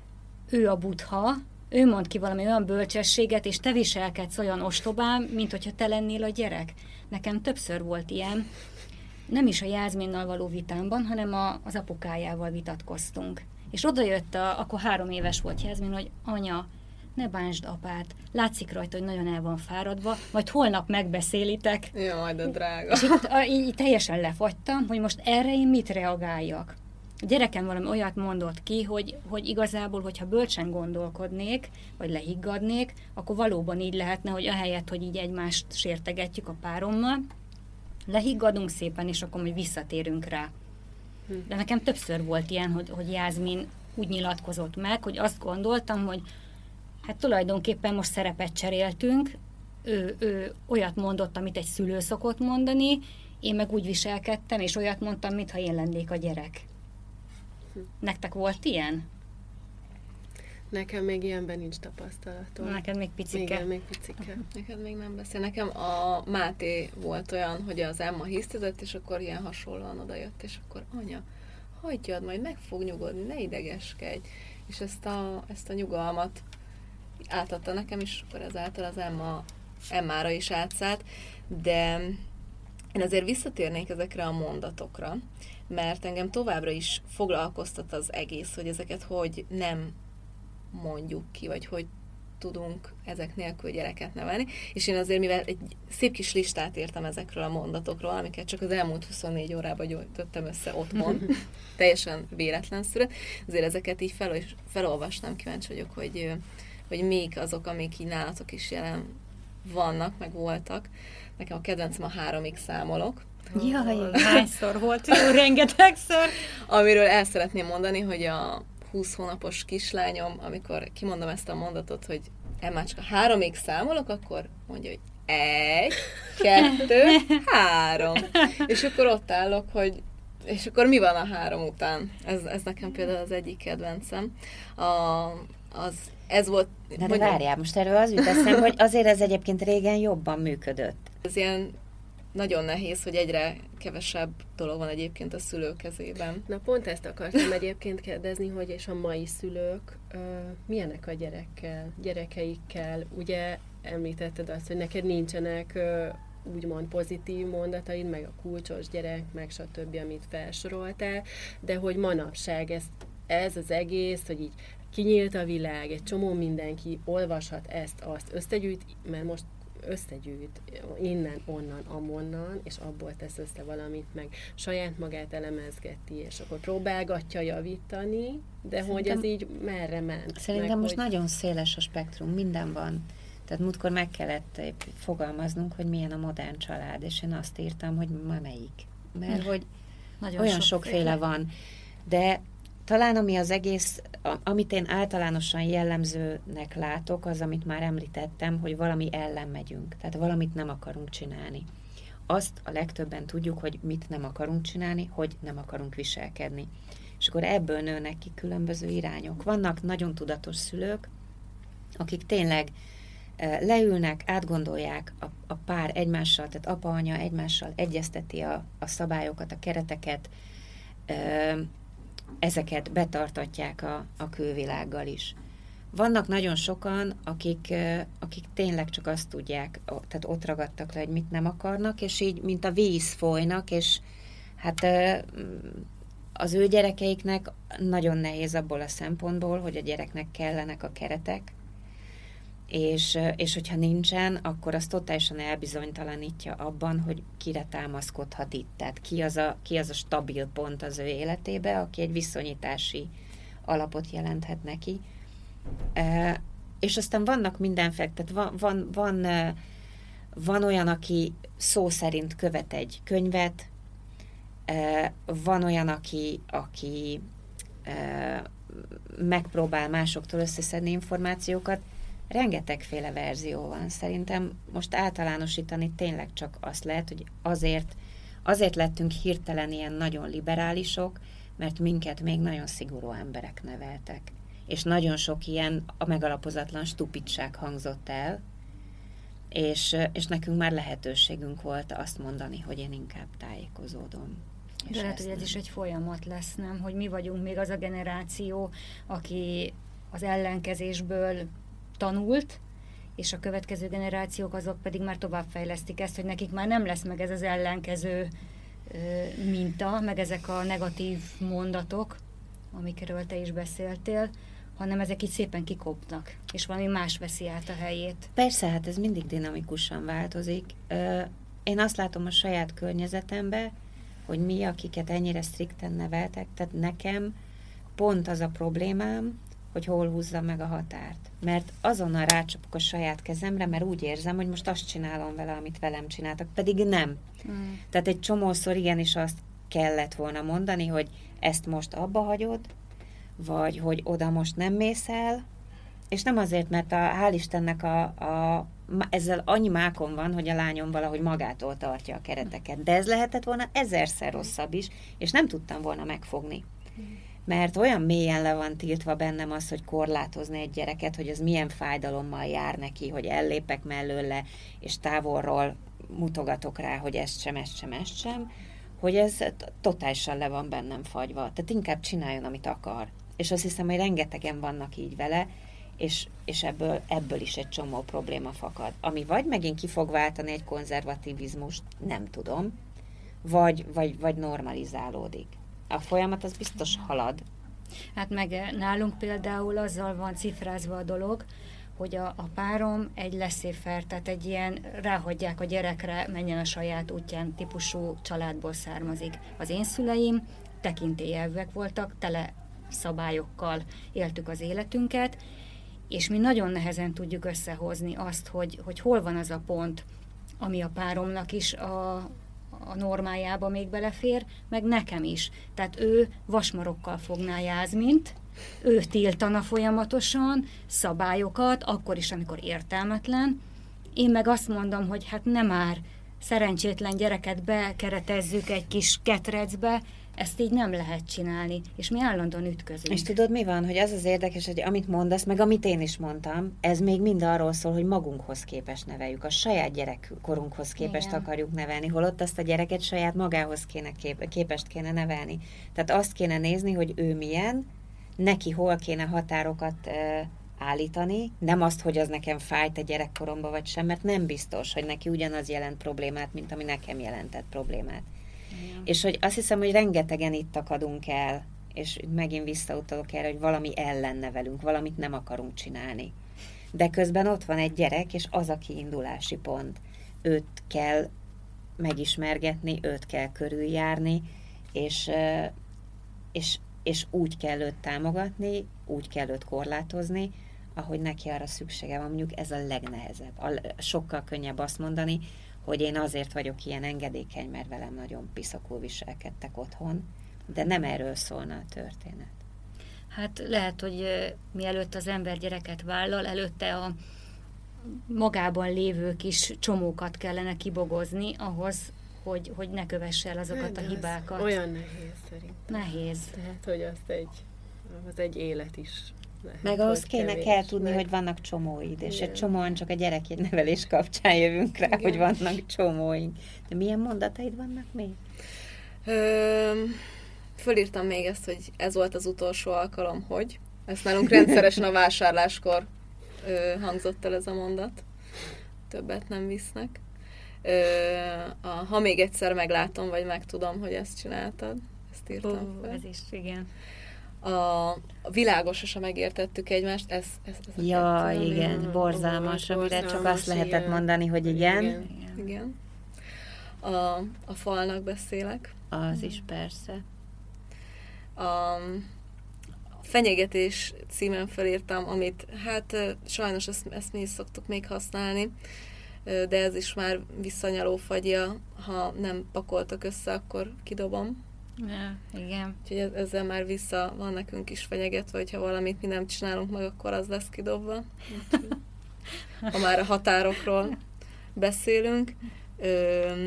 ő a Buddha, ő mond ki valami olyan bölcsességet, és te viselkedsz olyan ostobán, mint hogyha te lennél a gyerek. Nekem többször volt ilyen. Nem is a Jászminnal való vitámban, hanem a, az apukájával vitatkoztunk. És oda jött, a, akkor három éves volt Jászmin, hogy anya, ne bánsd apát, látszik rajta, hogy nagyon el van fáradva, majd holnap megbeszélitek. Jaj, de drága. És itt a, így teljesen lefagytam, hogy most erre én mit reagáljak. A gyerekem valami olyat mondott ki, hogy, hogy igazából, hogyha bölcsen gondolkodnék, vagy lehiggadnék, akkor valóban így lehetne, hogy ahelyett, hogy így egymást sértegetjük a párommal, lehiggadunk szépen, és akkor majd visszatérünk rá. De nekem többször volt ilyen, hogy, hogy Jászmin úgy nyilatkozott meg, hogy azt gondoltam, hogy hát tulajdonképpen most szerepet cseréltünk, ő, ő olyat mondott, amit egy szülő szokott mondani, én meg úgy viselkedtem, és olyat mondtam, mintha én lennék a gyerek. Nektek volt ilyen? Nekem még ilyenben nincs tapasztalatom. Neked még picike. Igen, még picike. Neked még nem beszél. Nekem a Máté volt olyan, hogy az Emma hisztizett, és akkor ilyen hasonlóan odajött, és akkor anya, hagyjad, majd meg fog nyugodni, ne idegeskedj. És ezt a, ezt a nyugalmat átadta nekem, és akkor ezáltal az Emma, Emmára is átszállt, de én azért visszatérnék ezekre a mondatokra, mert engem továbbra is foglalkoztat az egész, hogy ezeket hogy nem mondjuk ki, vagy hogy tudunk ezek nélkül gyereket nevelni. És én azért, mivel egy szép kis listát írtam ezekről a mondatokról, amiket csak az elmúlt huszonnégy órában gyűjtöttem össze otthon, teljesen véletlenszerűen, azért ezeket így fel, felolvasnám, kíváncsi vagyok, hogy, hogy még azok, amik így nálatok is jelen vannak, meg voltak. Nekem a kedvencem a háromig számolok. Jaj, hányszor volt? Jó, rengetegször. Amiről el szeretném mondani, hogy a húsz hónapos kislányom, amikor kimondom ezt a mondatot, hogy Emmácska, háromig számolok, akkor mondja, hogy egy, kettő, három. És akkor ott állok, hogy és akkor mi van a három után? Ez, ez nekem például az egyik kedvencem. A, az, ez volt... Na de várjál, most erről az jut eszem, hogy azért ez egyébként régen jobban működött. Ez ilyen nagyon nehéz, hogy egyre kevesebb dolog van egyébként a szülő kezében. Na pont ezt akartam egyébként kérdezni, hogy és a mai szülők uh, milyenek a gyerekkel, gyerekeikkel? Ugye említetted azt, hogy neked nincsenek uh, úgymond pozitív mondataid, meg a kulcsos gyerek, meg stb., amit felsoroltál, de hogy manapság ez, ez az egész, hogy így kinyílt a világ, egy csomó mindenki olvashat ezt, azt, összegyűjt, mert most összegyűjt innen, onnan, amonnan, és abból tesz össze valamit, meg saját magát elemezgeti, és akkor próbálgatja javítani, de szerintem, hogy ez így merre ment. Szerintem meg, most hogy... nagyon széles a spektrum, minden van. Tehát múltkor meg kellett fogalmaznunk, hogy milyen a modern család, és én azt írtam, hogy ma melyik. Mert hogy nagyon olyan sokféle van. De talán ami az egész, amit én általánosan jellemzőnek látok, az, amit már említettem, hogy valami ellen megyünk. Tehát valamit nem akarunk csinálni. Azt a legtöbben tudjuk, hogy mit nem akarunk csinálni, hogy nem akarunk viselkedni. És akkor ebből nőnek ki különböző irányok. Vannak nagyon tudatos szülők, akik tényleg leülnek, átgondolják a, a pár egymással, tehát apa-anya egymással egyezteti a, a szabályokat, a kereteket, ezeket betartatják a, a külvilággal is. Vannak nagyon sokan, akik, akik tényleg csak azt tudják, tehát ott ragadtak le, hogy mit nem akarnak, és így, mint a víz folynak, és hát az ő gyerekeiknek nagyon nehéz abból a szempontból, hogy a gyereknek kellenek a keretek, és, és hogyha nincsen, akkor az totálisan elbizonytalanítja abban, hogy kire támaszkodhat itt. Tehát ki az a, ki az a stabil pont az ő életébe, aki egy viszonyítási alapot jelenthet neki. E, és aztán vannak mindenféle, tehát van, van, van, van olyan, aki szó szerint követ egy könyvet, e, van olyan, aki, aki e, megpróbál másoktól összeszedni információkat. Rengetegféle verzió van. Szerintem most általánosítani tényleg csak azt lehet, hogy azért, azért lettünk hirtelen ilyen nagyon liberálisok, mert minket még nagyon szigorú emberek neveltek. És nagyon sok ilyen a megalapozatlan stupidság hangzott el, és, és nekünk már lehetőségünk volt azt mondani, hogy én inkább tájékozódom. De lehet, hogy ez is egy folyamat lesz, nem? Hogy mi vagyunk még az a generáció, aki az ellenkezésből tanult, és a következő generációk azok pedig már továbbfejlesztik ezt, hogy nekik már nem lesz meg ez az ellenkező ö, minta, meg ezek a negatív mondatok, amikről te is beszéltél, hanem ezek így szépen kikopnak, és valami más veszi át a helyét. Persze, hát ez mindig dinamikusan változik. Én azt látom a saját környezetemben, hogy mi, akiket ennyire strikten neveltek, tehát nekem pont az a problémám, hogy hol húzzam meg a határt. Mert azonnal rácsapok a saját kezemre, mert úgy érzem, hogy most azt csinálom vele, amit velem csináltak, pedig nem. Mm. Tehát egy csomószor igenis azt kellett volna mondani, hogy ezt most abba hagyod, vagy hogy oda most nem mész el, és nem azért, mert a, hál' Istennek a, a, ezzel annyi mákon van, hogy a lányom valahogy magától tartja a kereteket. De ez lehetett volna ezerszer rosszabb is, és nem tudtam volna megfogni. mert olyan mélyen le van tiltva bennem az, hogy korlátozni egy gyereket, hogy az milyen fájdalommal jár neki, hogy ellépek mellőle, és távolról mutogatok rá, hogy ezt sem, ezt sem, ezt sem, hogy ez totálisan le van bennem fagyva. Tehát inkább csináljon, amit akar. És azt hiszem, hogy rengetegen vannak így vele, és, és ebből, ebből is egy csomó probléma fakad. Ami vagy megint ki fog váltani egy konzervativizmust, nem tudom, vagy, vagy, vagy normalizálódik. A folyamat az biztos halad. Hát meg nálunk például azzal van cifrázva a dolog, hogy a, a párom egy laissez-faire, tehát egy ilyen ráhagyják a gyerekre, menjen a saját útján típusú családból származik. Az én szüleim tekintélyelvűek voltak, tele szabályokkal éltük az életünket, és mi nagyon nehezen tudjuk összehozni azt, hogy, hogy hol van az a pont, ami a páromnak is a, a normájába még belefér, meg nekem is. Tehát ő vasmarokkal fogná Jászmint, ő tiltana folyamatosan szabályokat, akkor is, amikor értelmetlen. Én meg azt mondom, hogy hát nem már szerencsétlen gyereket bekeretezzük egy kis ketrecbe, ezt így nem lehet csinálni, és mi állandóan ütközünk. És tudod, mi van, hogy az az érdekes, hogy amit mondasz, meg amit én is mondtam, ez még mind arról szól, hogy magunkhoz képest neveljük, a saját gyerekkorunkhoz képest Igen. akarjuk nevelni, holott azt a gyereket saját magához kéne kép- képest kéne nevelni. Tehát azt kéne nézni, hogy ő milyen, neki hol kéne határokat e, állítani, nem azt, hogy az nekem fájt a gyerekkoromban vagy sem, mert nem biztos, hogy neki ugyanaz jelent problémát, mint ami nekem jelentett problémát. Igen. És hogy azt hiszem, hogy rengetegen itt akadunk el, és megint visszautalok erre, hogy valami ellen nevelünk, valamit nem akarunk csinálni. De közben ott van egy gyerek, és az a kiindulási pont. Őt kell megismergetni, őt kell körüljárni, és, és, és úgy kell őt támogatni, úgy kell őt korlátozni, ahogy neki arra szüksége van. Mondjuk ez a legnehezebb. A, sokkal könnyebb azt mondani, hogy én azért vagyok ilyen engedékeny, mert velem nagyon piszakul viselkedtek otthon, de nem erről szólna a történet. Hát lehet, hogy mielőtt az ember gyereket vállal, előtte a magában lévő kis csomókat kellene kibogozni ahhoz, hogy, hogy ne kövesse el azokat hát, a hibákat. Olyan nehéz szerintem. Nehéz. Tehát, hogy azt egy, az egy élet is. Lehet, meg ahhoz kéne, kell tudni, meg... hogy vannak csomóid, és egy csomóan csak a gyereknevelés kapcsán jövünk rá, Igen. hogy vannak csomóink. De milyen mondataid vannak még? Ö, fölírtam még ezt, hogy ez volt az utolsó alkalom, hogy ezt nálunk rendszeresen a vásárláskor ö, hangzott el ez a mondat. Többet nem visznek. Ö, a, ha még egyszer meglátom, vagy megtudom, hogy ezt csináltad, ezt írtam Ó, fel. Ez is, igen. A, a világosan megértettük egymást, ez, ez, ez ja, a igen, mm, borzalmas, amire borzalmas, csak azt lehetett igen. mondani, hogy igen. Igen. igen. A, a falnak beszélek. Az is persze. A, a fenyegetés címen felírtam, amit hát sajnos ezt, ezt mi is szoktuk még használni, de ez is már visszanyaló fagyja, ha nem pakoltak össze, akkor kidobom. Ja, igen. Úgyhogy ezzel már vissza van nekünk is fenyegetve, hogyha valamit mi nem csinálunk meg, akkor az lesz kidobva. Úgyhogy, ha már a határokról beszélünk. Ö,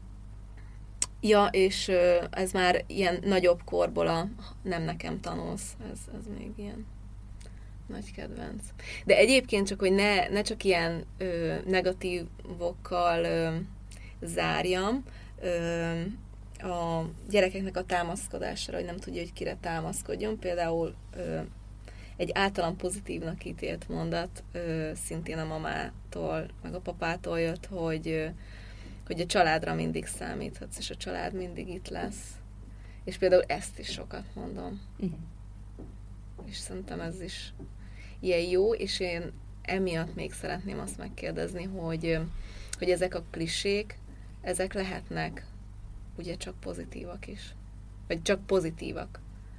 ja, és ö, ez már ilyen nagyobb korból a nem nekem tanulsz. Ez, ez még ilyen nagy kedvenc. De egyébként csak, hogy ne, ne csak ilyen ö, negatívokkal ö, zárjam, ö, a gyerekeknek a támaszkodására, hogy nem tudja, hogy kire támaszkodjon. Például ö, egy általam pozitívnak ítélt mondat ö, szintén a mamától, meg a papától jött, hogy, ö, hogy a családra mindig számíthatsz, és a család mindig itt lesz. És például ezt is sokat mondom. Uh-huh. És szerintem ez is ilyen jó, és én emiatt még szeretném azt megkérdezni, hogy, hogy ezek a klisék, ezek lehetnek ugye csak pozitívak is. Vagy csak pozitívak.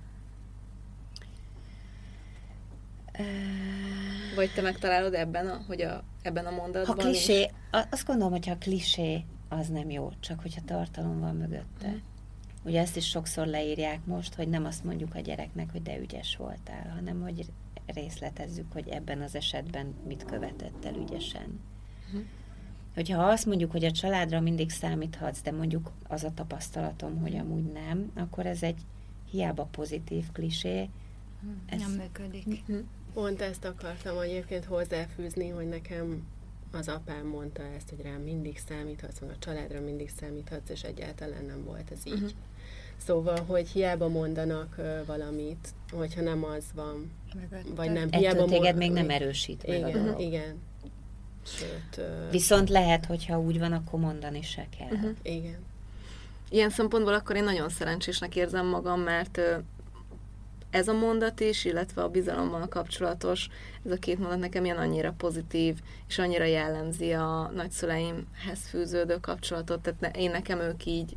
Vagy te megtalálod ebben a, hogy a, ebben a mondatban ha klisé, is? Azt gondolom, hogy ha klisé, az nem jó, csak hogyha tartalom van mögötte. Hmm. Ugye ezt is sokszor leírják most, hogy nem azt mondjuk a gyereknek, hogy de ügyes voltál, hanem hogy részletezzük, hogy ebben az esetben mit követett el ügyesen. Hmm. Hogyha azt mondjuk, hogy a családra mindig számíthatsz, de mondjuk az a tapasztalatom, hogy amúgy nem, akkor ez egy hiába pozitív klisé. Ez... Nem működik. Mm-hmm. Pont ezt akartam egyébként hozzáfűzni, hogy nekem az apám mondta ezt, hogy rám mindig számíthatsz, meg a családra mindig számíthatsz, és egyáltalán nem volt ez így. Uh-huh. Szóval, hogy hiába mondanak uh, valamit, hogyha nem az van, Mögött. vagy nem. Ettől hiába téged mond... még nem erősít meg igen, a dolog. Igen. Sőt, uh... Viszont lehet, hogyha úgy van, akkor mondani se kell. Uh-huh. Igen. Ilyen szempontból akkor én nagyon szerencsésnek érzem magam, mert uh, ez a mondat is, illetve a bizalommal kapcsolatos, ez a két mondat nekem ilyen annyira pozitív, és annyira jellemzi a nagyszüleimhez fűződő kapcsolatot, tehát ne, én nekem ők így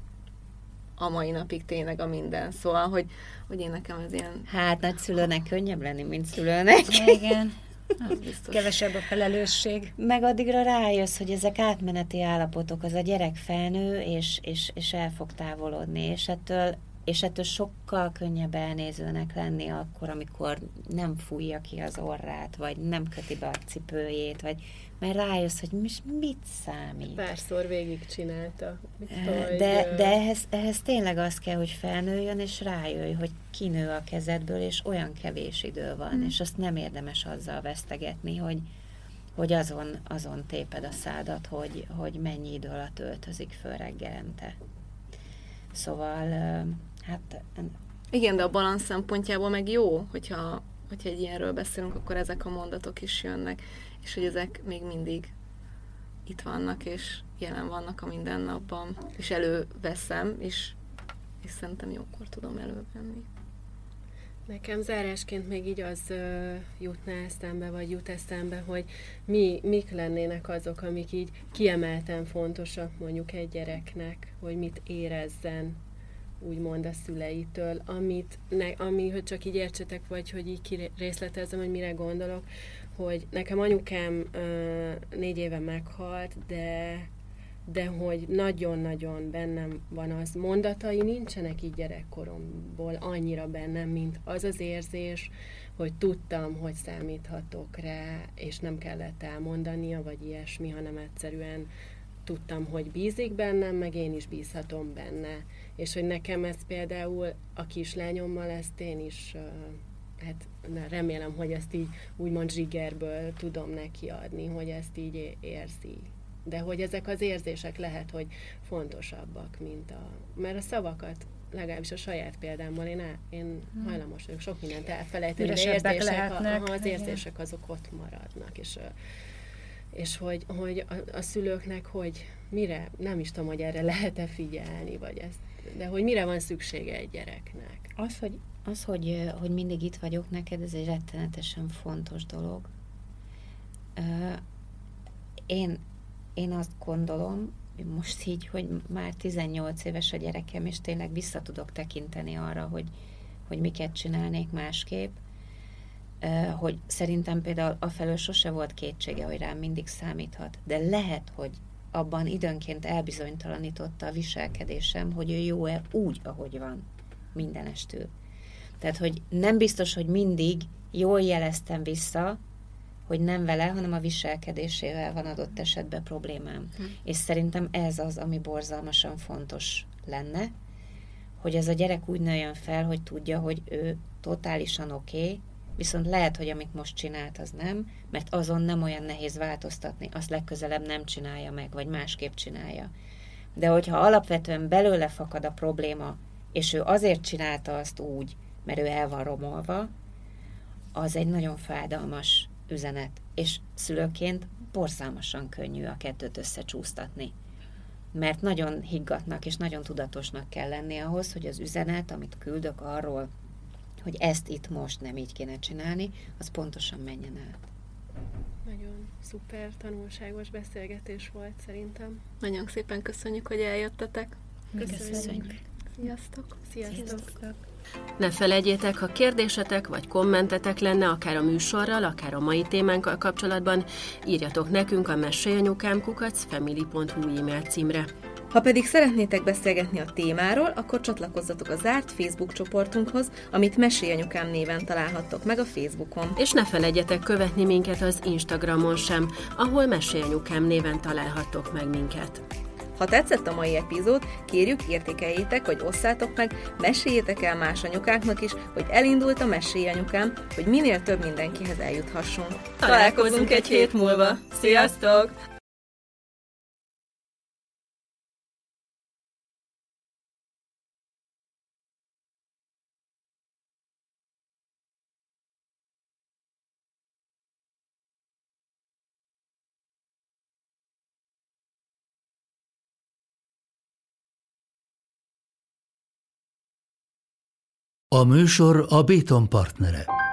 a mai napig tényleg a minden. Szóval, hogy, hogy én nekem ez ilyen... Hát nagyszülőnek könnyebb lenni, mint szülőnek. Igen. Kevesebb a felelősség. Meg addigra rájössz, hogy ezek átmeneti állapotok, az a gyerek felnő, és, és, és el fog távolodni, és ettől és ettől sokkal könnyebb elnézőnek lenni akkor, amikor nem fújja ki az orrát, vagy nem köti be a cipőjét, vagy mert rájössz, hogy mit számít. Párszor végigcsinálta. De, de ehhez, ehhez tényleg az kell, hogy felnőjön, és rájöjj, hogy kinő a kezedből, és olyan kevés idő van, hmm. és azt nem érdemes azzal vesztegetni, hogy, hogy azon, azon téped a szádat, hogy, hogy mennyi idő alatt öltözik föl reggelente. Szóval, hát... Igen, de a balansz szempontjából meg jó, hogyha, hogyha egy ilyenről beszélünk, akkor ezek a mondatok is jönnek, és hogy ezek még mindig itt vannak, és jelen vannak a mindennapban, és előveszem, és, és szerintem jókor tudom elővenni. Nekem zárásként még így az uh, jutna eszembe, vagy jut eszembe, hogy mi, mik lennének azok, amik így kiemelten fontosak mondjuk egy gyereknek, hogy mit érezzen, úgymond a szüleitől, amit, ne, ami, hogy csak így értsetek, vagy hogy így kirészletezem, hogy mire gondolok, hogy nekem anyukám uh, négy éve meghalt, de de hogy nagyon-nagyon bennem van az, mondatai nincsenek így gyerekkoromból annyira bennem, mint az az érzés, hogy tudtam, hogy számíthatok rá, és nem kellett elmondania, vagy ilyesmi, hanem egyszerűen tudtam, hogy bízik bennem, meg én is bízhatom benne. És hogy nekem ez például a kislányommal ezt én is, hát remélem, hogy ezt így úgymond zsigerből tudom neki adni, hogy ezt így érzi. De hogy ezek az érzések lehet, hogy fontosabbak, mint a... Mert a szavakat, legalábbis a saját példámmal, én, el, én hmm. hajlamos vagyok sok mindent elfelejteni, de érzések, lehetnek, a, az érzések azok ott maradnak, és, és hogy, hogy a, a szülőknek, hogy mire, nem is tudom, hogy erre lehet-e figyelni, vagy ezt, de hogy mire van szüksége egy gyereknek. Az, hogy, az hogy, hogy mindig itt vagyok neked, ez egy rettenetesen fontos dolog. Uh, én Én azt gondolom, most így, hogy már tizennyolc éves a gyerekem, és tényleg vissza tudok tekinteni arra, hogy, hogy miket csinálnék másképp, hogy szerintem például afelől sose volt kétsége, hogy rám mindig számíthat, de lehet, hogy abban időnként elbizonytalanította a viselkedésem, hogy ő jó-e úgy, ahogy van, mindenestül. Tehát, hogy nem biztos, hogy mindig jól jeleztem vissza, hogy nem vele, hanem a viselkedésével van adott esetben problémám. Hm. És szerintem ez az, ami borzalmasan fontos lenne, hogy ez a gyerek úgy nőjön fel, hogy tudja, hogy ő totálisan oké, okay, viszont lehet, hogy amit most csinált, az nem, mert azon nem olyan nehéz változtatni, azt legközelebb nem csinálja meg, vagy másképp csinálja. De hogyha alapvetően belőle fakad a probléma, és ő azért csinálta azt úgy, mert ő el van romolva, az egy nagyon fájdalmas üzenet, és szülőként borzalmasan könnyű a kettőt összecsúsztatni. Mert nagyon higgatnak és nagyon tudatosnak kell lenni ahhoz, hogy az üzenet, amit küldök arról, hogy ezt itt most nem így kéne csinálni, az pontosan menjen el. Nagyon szuper, tanulságos beszélgetés volt szerintem. Nagyon szépen köszönjük, hogy eljöttetek. Köszönjük. Köszönjük. Sziasztok. Sziasztok. Sziasztok. Ne felejtjétek, ha kérdésetek vagy kommentetek lenne akár a műsorral, akár a mai témánkkal kapcsolatban, írjatok nekünk a mesélyanyukám kukac family pont hu e-mail címre. Ha pedig szeretnétek beszélgetni a témáról, akkor csatlakozzatok a zárt Facebook csoportunkhoz, amit Mesélyanyukám néven találhattok meg a Facebookon. És ne felejtjetek követni minket az Instagramon sem, ahol Mesélyanyukám néven találhattok meg minket. Ha tetszett a mai epizód, kérjük, értékeljétek, vagy osszátok meg, meséljétek el más anyukáknak is, hogy elindult a Mesélj Anyukám, hogy minél több mindenkihez eljuthassunk. Találkozunk egy hét múlva. Sziasztok! A műsor a Béton partnere.